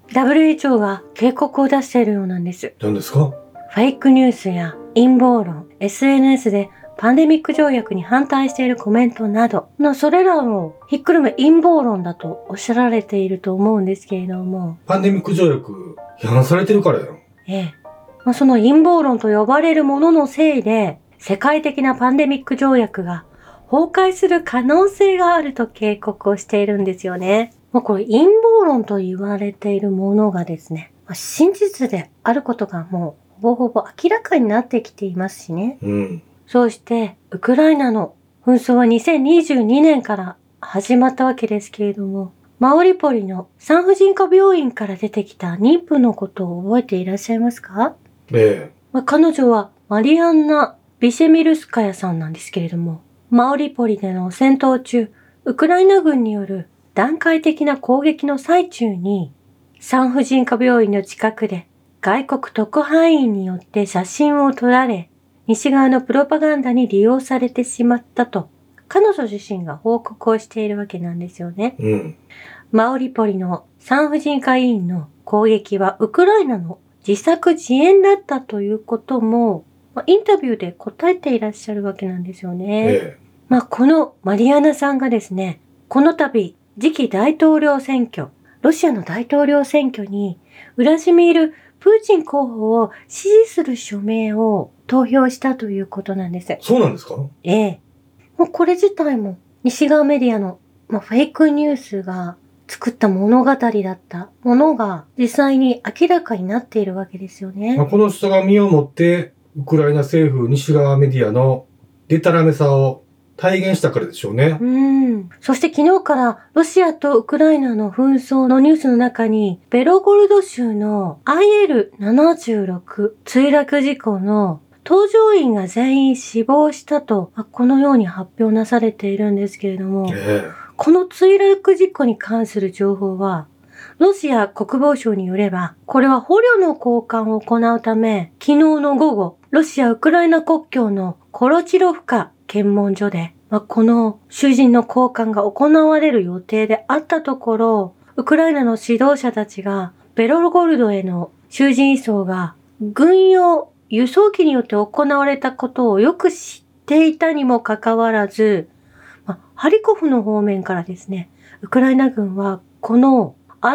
WHO が警告を出しているようなんです。 何ですか？ フェイクニュースや陰謀論、SNS でパンデミック条約に反対しているコメントなどのそれらをひっくるめ陰謀論だとおっしゃられていると思うんですけれども。 パンデミック条約批判されてるからよ。 その陰謀論と呼ばれるもののせいで世界的なパンデミック条約が崩壊する可能性があると警告をしているんですよね。これ陰謀論と言われているものがですね、真実であることがもうほぼほぼ明らかになってきていますしね。そしてウクライナの紛争は2022年から始まったわけですけれども、マリウポリの産婦人科病院から出てきた妊婦のことを覚えていらっしゃいますか？彼女はマリアンナ・ビシェミルスカヤさんなんですけれども、マリウポリでの戦闘中、ウクライナ軍による段階的な攻撃の最中に産婦人科病院の近くで外国特派員によって写真を撮られ、西側のプロパガンダに利用されてしまったと彼女自身が報告をしているわけなんですよね。マリウポリの産婦人科医院の攻撃はウクライナの自作自演だったということもインタビューで答えていらっしゃるわけなんですよね。このマリアナさんがですね、この度次期大統領選挙、ロシアの大統領選挙にウラジミール・プーチン候補を支持する署名を投票したということなんです。 そうなんですか？ もうこれ自体も西側メディアの、フェイクニュースが作った物語だったものが実際に明らかになっているわけですよね。 この人が身をもってウクライナ政府、西側メディアのデタラメさを体現したからでしょうね。 そして昨日からロシアとウクライナの紛争のニュースの中にベロゴルド州の IL-76 墜落事故の搭乗員が全員死亡したとこのように発表なされているんですけれども、この墜落事故に関する情報はロシア国防省によれば、これは捕虜の交換を行うため、昨日の午後、ロシア・ウクライナ国境のコロチロフカ検問所で、この囚人の交換が行われる予定であったところ、ウクライナの指導者たちが、ベロゴルドへの囚人移送が軍用輸送機によって行われたことをよく知っていたにもかかわらず、ハリコフの方面からですね、ウクライナ軍はこの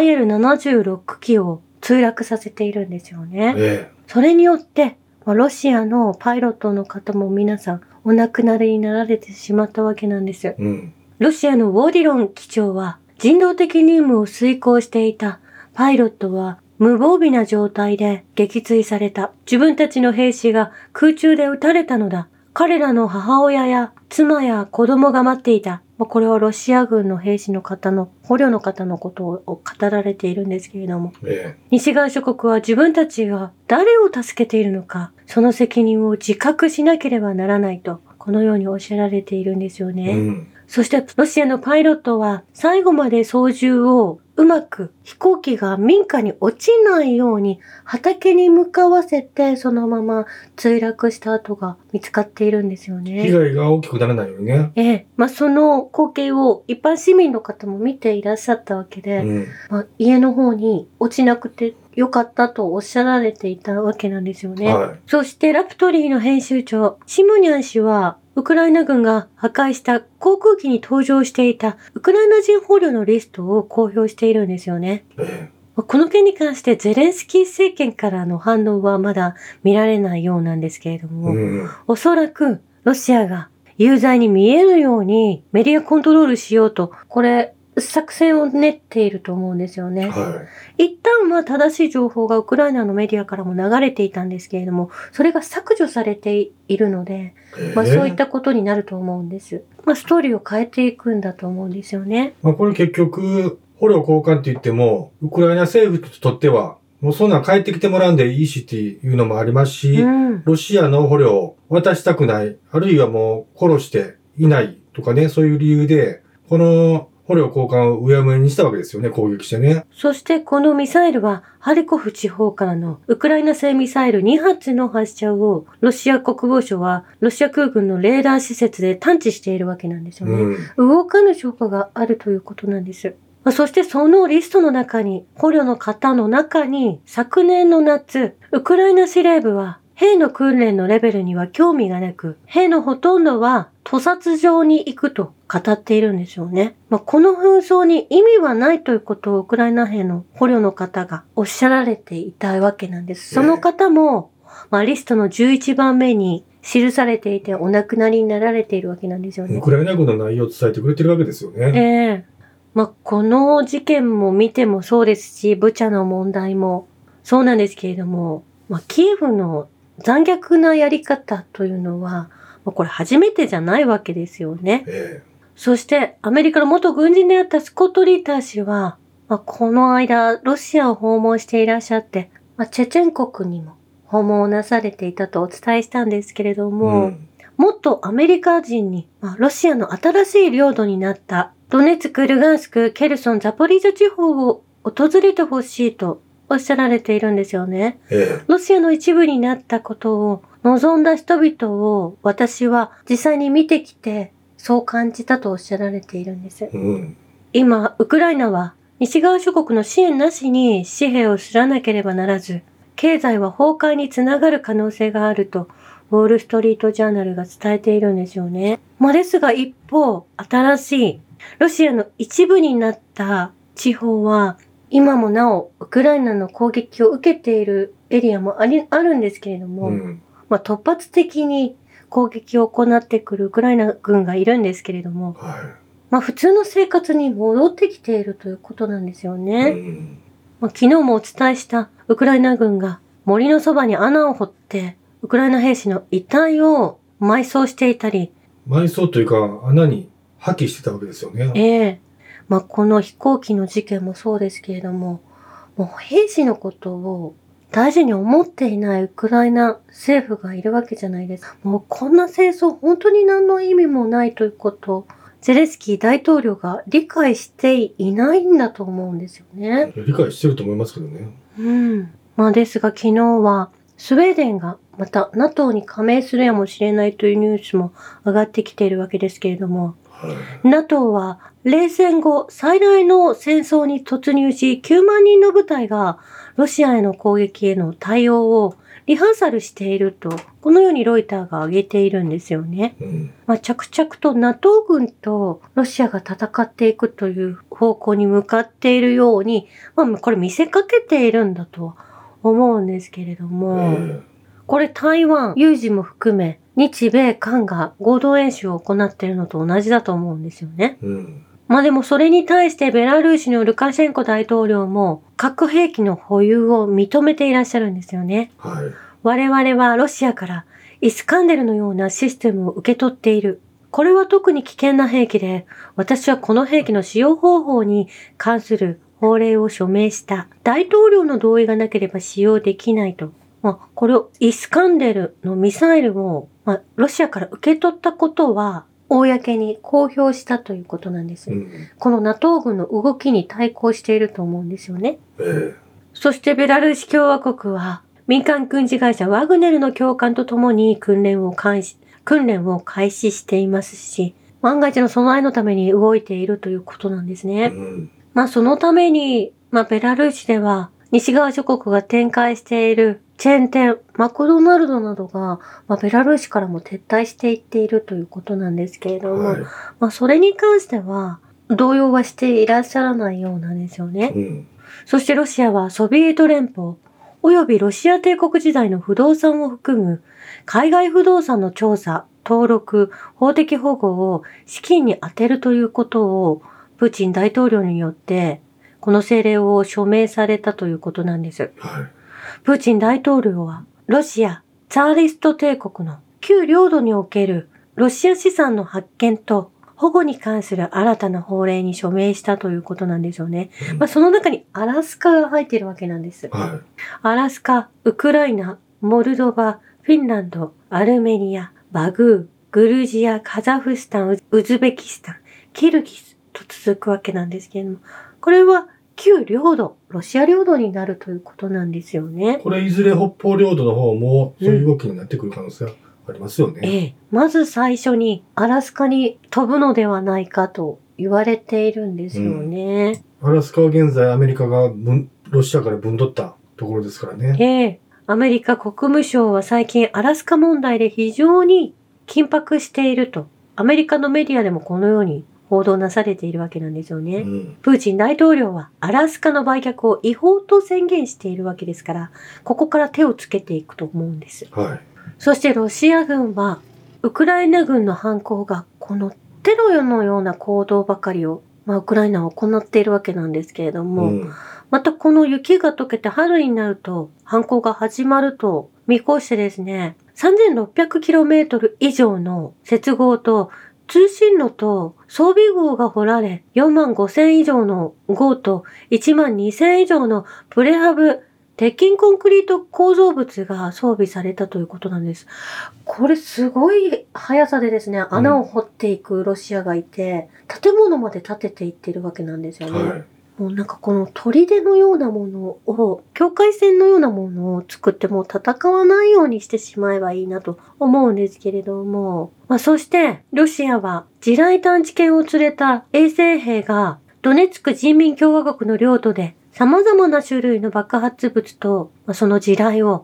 IL-76 機を墜落させているんですよね。それによって、ロシアのパイロットの方も皆さんお亡くなりになられてしまったわけなんです。ロシアのウォディロン機長は人道的任務を遂行していたパイロットは無防備な状態で撃墜された。自分たちの兵士が空中で撃たれたのだ。彼らの母親や妻や子供が待っていた。これはロシア軍の兵士の方の捕虜の方のことを語られているんですけれども、西側諸国は自分たちが誰を助けているのか、その責任を自覚しなければならないと、このようにおっしゃられているんですよね。そしてロシアのパイロットは最後まで操縦をうまく飛行機が民家に落ちないように畑に向かわせてそのまま墜落した跡が見つかっているんですよね。 被害が大きくならないようにね。 その光景を一般市民の方も見ていらっしゃったわけで、家の方に落ちなくてよかったとおっしゃられていたわけなんですよね。そしてラプトリーの編集長、シムニャン氏はウクライナ軍が破壊した航空機に搭乗していたウクライナ人捕虜のリストを公表しているんですよね。この件に関してゼレンスキー政権からの反応はまだ見られないようなんですけれども、おそらくロシアが有罪に見えるようにメディアコントロールしようと、これ作戦を練っていると思うんですよね。一旦は正しい情報がウクライナのメディアからも流れていたんですけれども、それが削除されているので、そういったことになると思うんです。ストーリーを変えていくんだと思うんですよね。 これ結局、捕虜交換って言っても、ウクライナ政府にとっては、もうそんなん帰ってきてもらうんでいいしっていうのもありますし、ロシアの捕虜を渡したくない、あるいはもう殺していないとかね、そういう理由で、この捕虜交換をうやむやにしたわけですよね、攻撃してね。 そしてこのミサイルはハリコフ地方からのウクライナ製ミサイル2発の発射をロシア国防省はロシア空軍のレーダー施設で探知しているわけなんですよね。動かぬ証拠があるということなんです。 そしてそのリストの中に、捕虜の方の中に、昨年の夏、ウクライナ司令部は兵の訓練のレベルには興味がなく、兵のほとんどは屠殺場に行くと語っているんですよね。この紛争に意味はないということをウクライナ兵の捕虜の方がおっしゃられていたわけなんです。その方も、リストの11番目に記されていてお亡くなりになられているわけなんですよね。 ウクライナ軍の内容を伝えてくれてるわけですよね。 この事件も見てもそうですし、ブチャの問題もそうなんですけれども、キエフの残虐なやり方というのは、これ初めてじゃないわけですよね。そしてアメリカの元軍人であったスコット・リーター氏は、この間ロシアを訪問していらっしゃって、チェチェン国にも訪問をなされていたとお伝えしたんですけれども、元アメリカ人に、ロシアの新しい領土になったドネツク、ルガンスク、ケルソン、ザポリージャ地方を訪れてほしいとおっしゃられているんですよね。ロシアの一部になったことを望んだ人々を私は実際に見てきてそう感じたとおっしゃられているんです。今、ウクライナは西側諸国の支援なしに紙幣をすらなければならず、経済は崩壊につながる可能性があると、ウォールストリートジャーナルが伝えているんですよね。ですが一方、新しいロシアの一部になった地方は、今もなおウクライナの攻撃を受けているエリアもあるんですけれども、突発的に攻撃を行ってくるウクライナ軍がいるんですけれども、普通の生活に戻ってきているということなんですよね。昨日もお伝えしたウクライナ軍が森のそばに穴を掘ってウクライナ兵士の遺体を埋葬していたり、 埋葬というか穴に破棄してたわけですよね。 この飛行機の事件もそうですけれども、もう兵士のことを大事に思っていないウクライナ政府がいるわけじゃないですか。もうこんな戦争本当に何の意味もないということをゼレンスキー大統領が理解していないんだと思うんですよね。 理解してると思いますけどね。 ですが昨日はスウェーデンがまた NATO に加盟するやもしれないというニュースも上がってきているわけですけれども、NATO は冷戦後最大の戦争に突入し、9万人の部隊がロシアへの攻撃への対応をリハーサルしていると、このようにロイターが挙げているんですよね。着々と NATO 軍とロシアが戦っていくという方向に向かっているように、これ見せかけているんだとは思うんですけれども、これ台湾有事も含め日米韓が合同演習を行っているのと同じだと思うんですよね。でもそれに対してベラルーシのルカシェンコ大統領も核兵器の保有を認めていらっしゃるんですよね。我々はロシアからイスカンデルのようなシステムを受け取っている。これは特に危険な兵器で、私はこの兵器の使用方法に関する法令を署名した。大統領の同意がなければ使用できないと。これをイスカンデルのミサイルを、ロシアから受け取ったことは、公に公表したということなんです。この NATO 軍の動きに対抗していると思うんですよね。そしてベラルーシ共和国は民間軍事会社ワグネルの教官とともに訓練を開始していますし、万が一の備えのために動いているということなんですね。そのために、ベラルーシでは西側諸国が展開しているチェーン店、マクドナルドなどが、ベラルーシからも撤退していっているということなんですけれども、それに関しては動揺はしていらっしゃらないようなんですよね。そしてロシアはソビエト連邦及びロシア帝国時代の不動産を含む海外不動産の調査、登録、法的保護を資金に充てるということをプーチン大統領によってこの政令を署名されたということなんです。プーチン大統領はロシア、ツァーリスト帝国の旧領土におけるロシア資産の発見と保護に関する新たな法令に署名したということなんですよね。その中にアラスカが入っているわけなんです。アラスカ、ウクライナ、モルドバ、フィンランド、アルメニア、バグー、グルジア、カザフスタン、ウズベキスタン、キルギスと続くわけなんですけれども、これは旧領土、ロシア領土になるということなんですよね。 これいずれ北方領土の方もそういう動きになってくる可能性がありますよね。 まず最初にアラスカに飛ぶのではないかと言われているんですよね。 アラスカは現在アメリカがロシアから分取ったところですからね。 アメリカ国務省は最近アラスカ問題で非常に緊迫していると、アメリカのメディアでもこのように報道なされているわけなんですよね。プーチン大統領はアラスカの売却を違法と宣言しているわけですから、ここから手をつけていくと思うんです。そしてロシア軍はウクライナ軍の犯行がこのテロのような行動ばかりを、ウクライナは行っているわけなんですけれども、またこの雪が溶けて春になると犯行が始まると見越してですね、3600km 以上の接合と通信路と装備壕が掘られ、45000以上の壕と12000以上のプレハブ、鉄筋コンクリート構造物が装備されたということなんです。これすごい速さでですね、穴を掘っていくロシアがいて、建物まで建てていってるわけなんですよね。もうなんかこの砦のようなものを、境界線のようなものを作ってもう戦わないようにしてしまえばいいなと思うんですけれども、そしてロシアは地雷探知犬を連れた衛生兵がドネツク人民共和国の領土で様々な種類の爆発物とその地雷を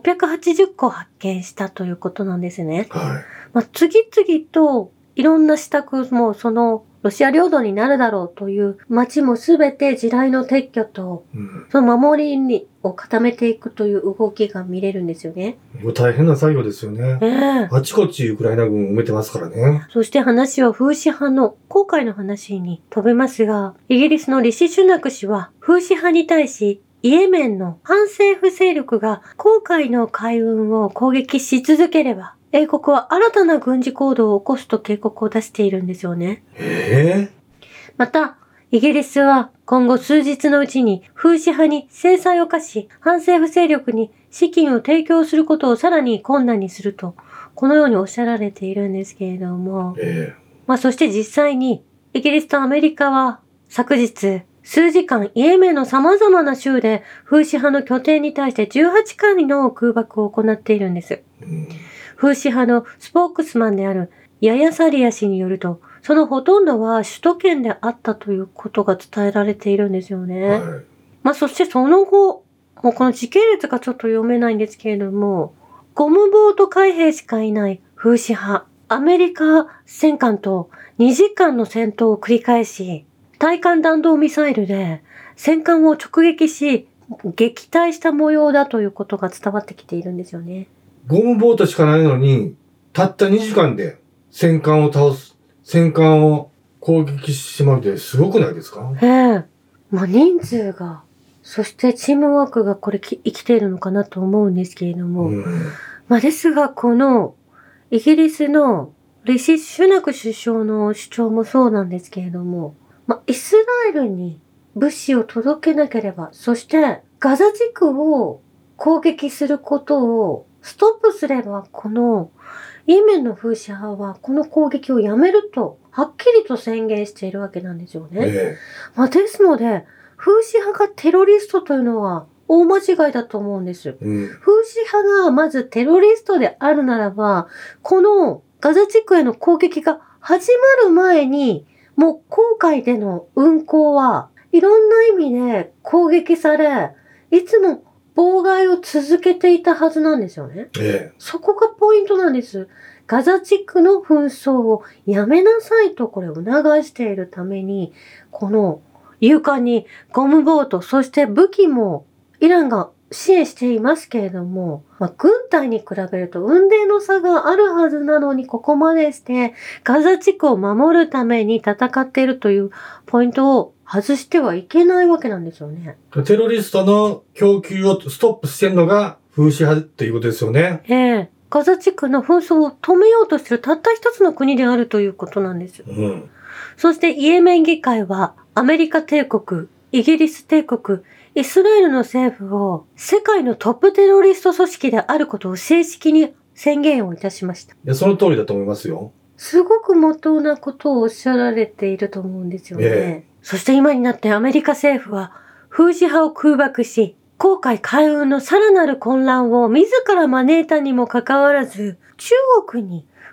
680個発見したということなんですね。次々といろんな施策もそのロシア領土になるだろうという町もすべて地雷の撤去と、その守りを固めていくという動きが見れるんですよね。 大変な作業ですよね。あちこちウクライナ軍を埋めてますからね。 そして話はフーシ派の航海の話に飛べますが、イギリスのリシ・シュナク氏はフーシ派に対し、イエメンの反政府勢力が航海の海運を攻撃し続ければ、英国は新たな軍事行動を起こすと警告を出しているんですよね。また、イギリスは今後数日のうちにフーシ派に制裁を科し、反政府勢力に資金を提供することをさらに困難にすると、このようにおっしゃられているんですけれども、そして実際にイギリスとアメリカは昨日、数時間イエメンの様々な州でフーシ派の拠点に対して18回の空爆を行っているんです。フーシ派のスポークスマンであるヤヤサリア氏によると、そのほとんどは首都圏であったということが伝えられているんですよね。そしてその後、もうこの時系列がちょっと読めないんですけれども、ゴムボート海兵しかいないフーシ派、アメリカ戦艦と2時間の戦闘を繰り返し、対艦弾道ミサイルで戦艦を直撃し、撃退した模様だということが伝わってきているんですよね。 ゴムボートしかないのに、たった2時間で戦艦を倒す、戦艦を攻撃してしまうってすごくないですか？ 人数が、そしてチームワークがこれ生きているのかなと思うんですけれども、ですがこのイギリスのリシ・シュナク首相の主張もそうなんですけれども、イスラエルに物資を届けなければ、そしてガザ地区を攻撃することをストップすれば、このイエメンのフーシ派はこの攻撃をやめるとはっきりと宣言しているわけなんですよね。ですので、フーシ派がテロリストというのは大間違いだと思うんです。フーシ派がまずテロリストであるならば、このガザ地区への攻撃が始まる前に、もう航海での運航はいろんな意味で攻撃され、いつも妨害を続けていたはずなんですよね。そこがポイントなんです。ガザ地区の紛争をやめなさいとこれを促しているために、この勇敢にゴムボート、そして武器もイランが支援していますけれども、軍隊に比べると雲泥の差があるはずなのにここまでしてガザ地区を守るために戦っているというポイントを外してはいけないわけなんですよね。 テロリストの供給をストップしてるのがフーシ派っていうことですよね。 ガザ地区の紛争を止めようとしているたった一つの国であるということなんです。そしてイエメン議会はアメリカ帝国、イギリス帝国、イスラエルの政府を世界のトップテロリスト組織であることを正式に宣言をいたしました。 その通りだと思いますよ。 すごく真っ当なことをおっしゃられていると思うんですよね。そして今になってアメリカ政府はフーシ派を空爆し、航海海運のさらなる混乱を自ら招いたにもかかわらず、中国に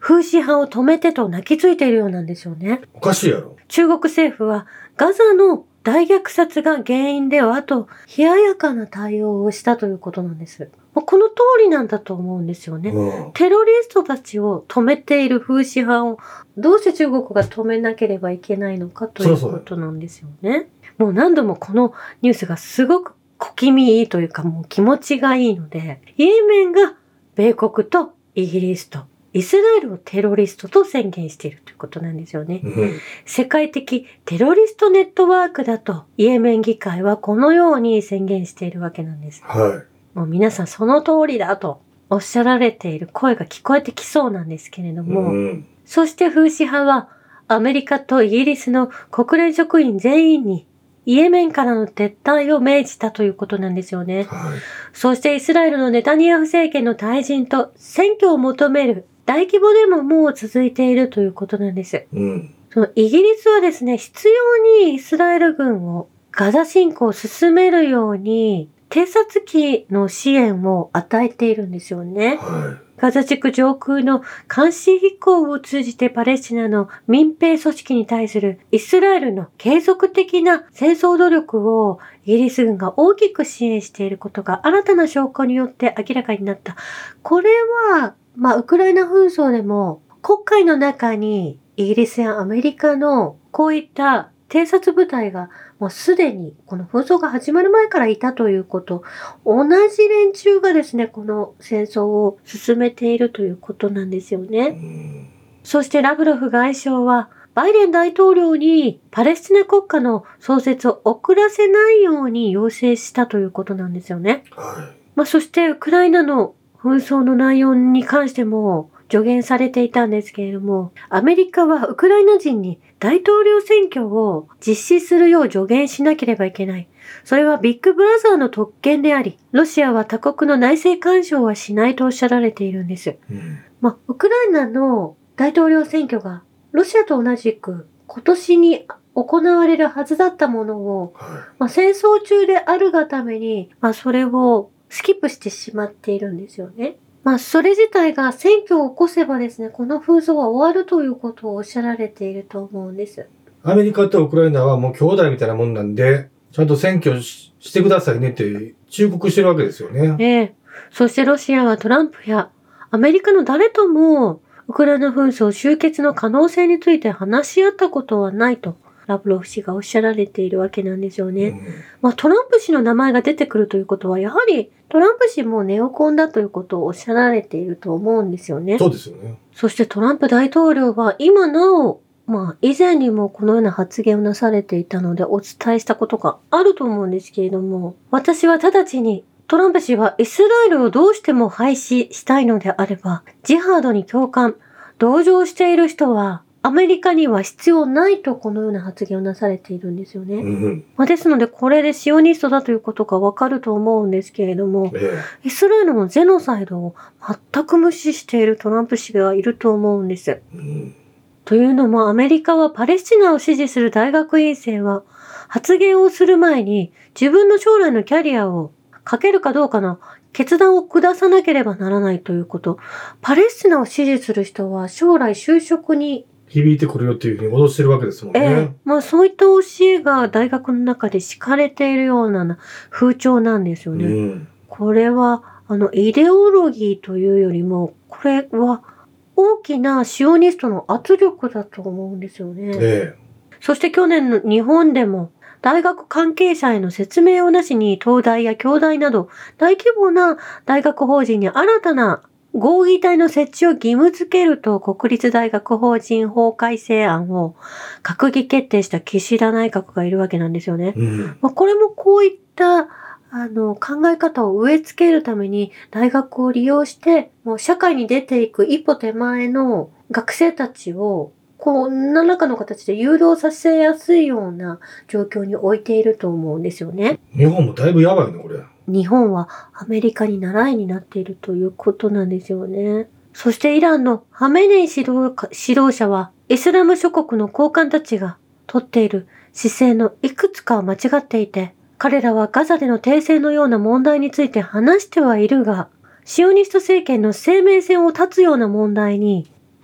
風刺派を止めてと泣きついているようなんですよね。 おかしいやろ。 中国政府はガザの大虐殺が原因ではと冷ややかな対応をしたということなんです。この通りなんだと思うんですよね。テロリストたちを止めている風刺派をどうして中国が止めなければいけないのかということなんですよね。もう何度もこのニュースがすごく小気味いいというかもう気持ちがいいので、イエメンが米国とイギリスとイスラエルをテロリストと宣言しているということなんですよね。世界的テロリストネットワークだとイエメン議会はこのように宣言しているわけなんです。もう皆さんその通りだとおっしゃられている声が聞こえてきそうなんですけれども、そして風刺派はアメリカとイギリスの国連職員全員にイエメンからの撤退を命じたということなんですよね。そしてイスラエルのネタニヤフ政権の退陣と選挙を求める大規模デモも続いているということなんです。そのイギリスはですね、必要にイスラエル軍をガザ侵攻を進めるように偵察機の支援を与えているんですよね。ガザ地区上空の監視飛行を通じてパレスチナの民兵組織に対するイスラエルの継続的な戦争努力をイギリス軍が大きく支援していることが新たな証拠によって明らかになった。これはウクライナ紛争でも黒海の中にイギリスやアメリカのこういった偵察部隊がもうすでにこの紛争が始まる前からいたということ、同じ連中がですね、この戦争を進めているということなんですよね。そしてラブロフ外相はバイデン大統領にパレスチナ国家の創設を遅らせないように要請したということなんですよね。そしてウクライナの紛争の内容に関しても助言されていたんですけれども、アメリカはウクライナ人に大統領選挙を実施するよう助言しなければいけない。それはビッグブラザーの特権であり、ロシアは他国の内政干渉はしないとおっしゃられているんです。ウクライナの大統領選挙がロシアと同じく今年に行われるはずだったものを、戦争中であるがために、それをスキップしてしまっているんですよね。それ自体が選挙を起こせばですね、この紛争は終わるということをおっしゃられていると思うんです。 アメリカとウクライナはもう兄弟みたいなもんなんで、ちゃんと選挙してくださいねって忠告してるわけですよね。 そしてロシアはトランプやアメリカの誰ともウクライナ紛争終結の可能性について話し合ったことはないと。ラブロフ氏がおっしゃられているわけなんですよね。トランプ氏の名前が出てくるということは、やはりトランプ氏もネオコンだということをおっしゃられていると思うんですよね。 そうですよね。 そしてトランプ大統領は今なお、以前にもこのような発言をなされていたのでお伝えしたことがあると思うんですけれども、私は直ちにトランプ氏はイスラエルをどうしても廃止したいのであれば、ジハードに共感、同情している人は、アメリカには必要ないとこのような発言をなされているんですよね。ですのでこれでシオニストだということがわかると思うんですけれども、イスラエルのジェノサイドを全く無視しているトランプ氏がいると思うんです。というのもアメリカはパレスチナを支持する大学院生は発言をする前に自分の将来のキャリアをかけるかどうかの決断を下さなければならないということ。パレスチナを支持する人は将来就職に響いてくるよっていうふうに脅してるわけですもんね。 そういった教えが大学の中で敷かれているような風潮なんですよね。これはイデオロギーというよりも、これは大きなシオニストの圧力だと思うんですよね。そして去年の日本でも大学関係者への説明をなしに東大や京大など大規模な大学法人に新たな合議体の設置を義務付けると国立大学法人法改正案を閣議決定した岸田内閣がいるわけなんですよね。これもこういった考え方を植え付けるために大学を利用してもう社会に出ていく一歩手前の学生たちを何らかの形で誘導させやすいような状況に置いていると思うんですよね。 日本もだいぶやばいね、これ。 日本はアメリカに習いになっているということなんですよね。そしてイランのハメネイ指導者はイスラム諸国の高官たちが取っている姿勢のいくつかは間違っていて、彼らはガザでの停戦のような問題について話してはいるが、シオニスト政権の生命線を断つような問題に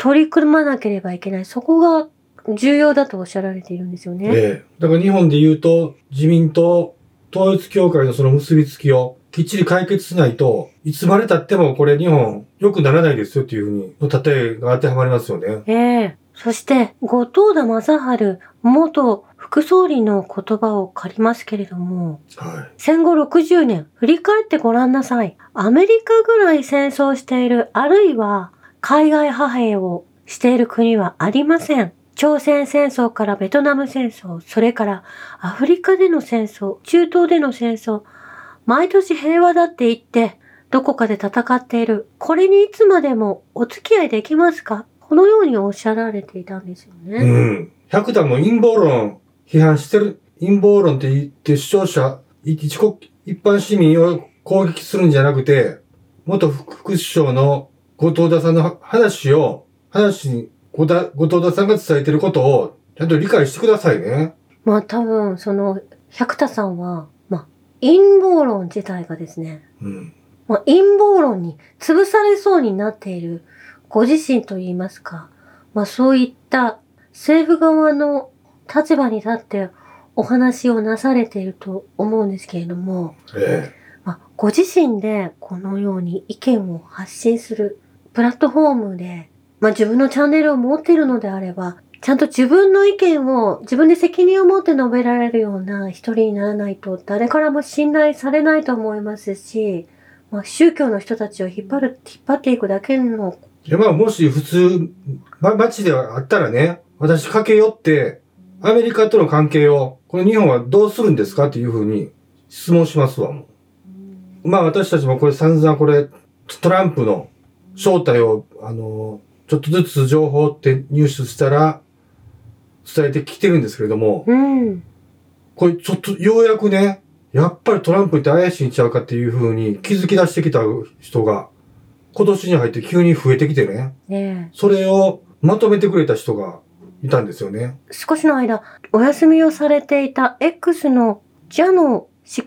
取り組まなければいけない。そこが重要だとおっしゃられているんですよね。 だから日本で言うと、自民党、統一教会のその結びつきをきっちり解決しないと、いつまで経ってもこれ日本良くならないですよっていうふうに、の例えが当てはまりますよね。 そして、後藤田正治元副総理の言葉を借りますけれども、戦後60年、振り返ってごらんなさい。アメリカぐらい戦争している、あるいは海外派兵をしている国はありません。朝鮮戦争からベトナム戦争、それからアフリカでの戦争、中東での戦争、毎年平和だって言って、どこかで戦っている。これにいつまでもお付き合いできますか？このようにおっしゃられていたんですよね。 百田も陰謀論批判してる。陰謀論って言って視聴者、一般市民を攻撃するんじゃなくて、元副首相の後藤田さんの話に、後藤田さんが伝えてることをちゃんと理解してくださいね。 多分、百田さんは、陰謀論自体がですね、陰謀論に潰されそうになっているご自身といいますか、そういった政府側の立場に立ってお話をなされていると思うんですけれども、ご自身でこのように意見を発信するプラットフォームで、自分のチャンネルを持っているのであれば、ちゃんと自分の意見を自分で責任を持って述べられるような一人にならないと誰からも信頼されないと思いますし、宗教の人たちを引っ張っていくだけの。 もし普通、街であったらね、私駆け寄って、アメリカとの関係を、この日本はどうするんですかっていうふうに質問しますわ。私たちもこれ散々トランプの正体を、ちょっとずつ情報って入手したら、伝えてきてるんですけれども、これちょっとようやくね、やっぱりトランプって怪しいんちゃうかっていう風に気づき出してきた人が、今年に入って急に増えてきてね。それをまとめてくれた人がいたんですよね。 少しの間、お休みをされていた X のジャノ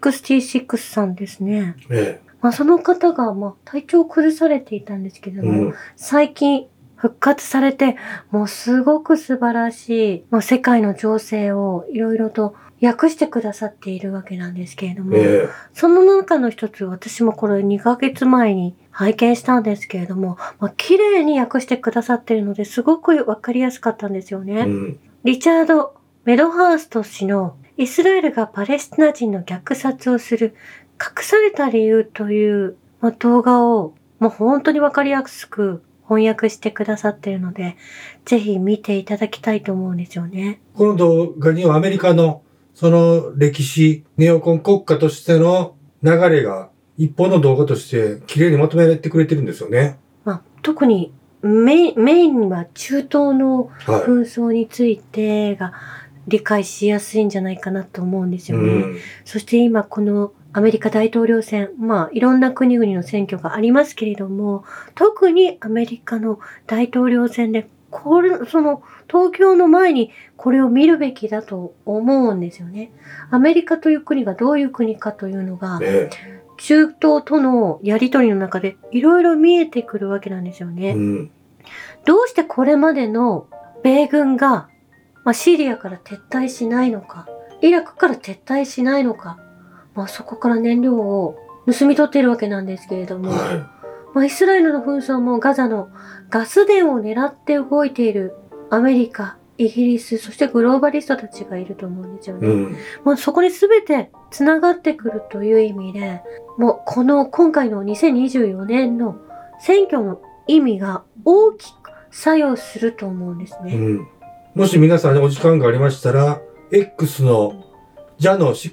66さんですね。その方が体調を崩されていたんですけども、最近復活されて、もうすごく素晴らしい、世界の情勢をいろいろと訳してくださっているわけなんですけれども、その中の一つ、私もこれ2ヶ月前に拝見したんですけれども、綺麗に訳してくださっているのですごくわかりやすかったんですよね。リチャード・メドハースト氏のイスラエルがパレスチナ人の虐殺をする隠された理由という動画を本当にわかりやすく翻訳してくださっているので、ぜひ見ていただきたいと思うんですよね。 この動画にはアメリカのその歴史、ネオコン国家としての流れが一本の動画として綺麗にまとめられてくれてるんですよね。 特にメインは中東の紛争についてが理解しやすいんじゃないかなと思うんですよね。そして今このアメリカ大統領選、いろんな国々の選挙がありますけれども、特にアメリカの大統領選で、東京の前にこれを見るべきだと思うんですよね。アメリカという国がどういう国かというのが、中東とのやりとりの中でいろいろ見えてくるわけなんですよね。どうしてこれまでの米軍が、シリアから撤退しないのか、イラクから撤退しないのか、そこから燃料を盗み取っているわけなんですけれども、イスラエルの紛争もガザのガス田を狙って動いているアメリカ、イギリス、そしてグローバリストたちがいると思うんですよね。そこに全て繋がってくるという意味で、今回の2024年の選挙の意味が大きく作用すると思うんですね。 もし皆さんにお時間がありましたら、X のジャノ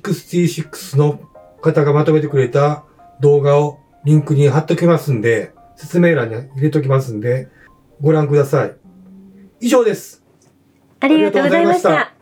66の方がまとめてくれた動画をリンクに貼っときますんで、説明欄に入れときますんで、ご覧ください。以上です。 ありがとうございました。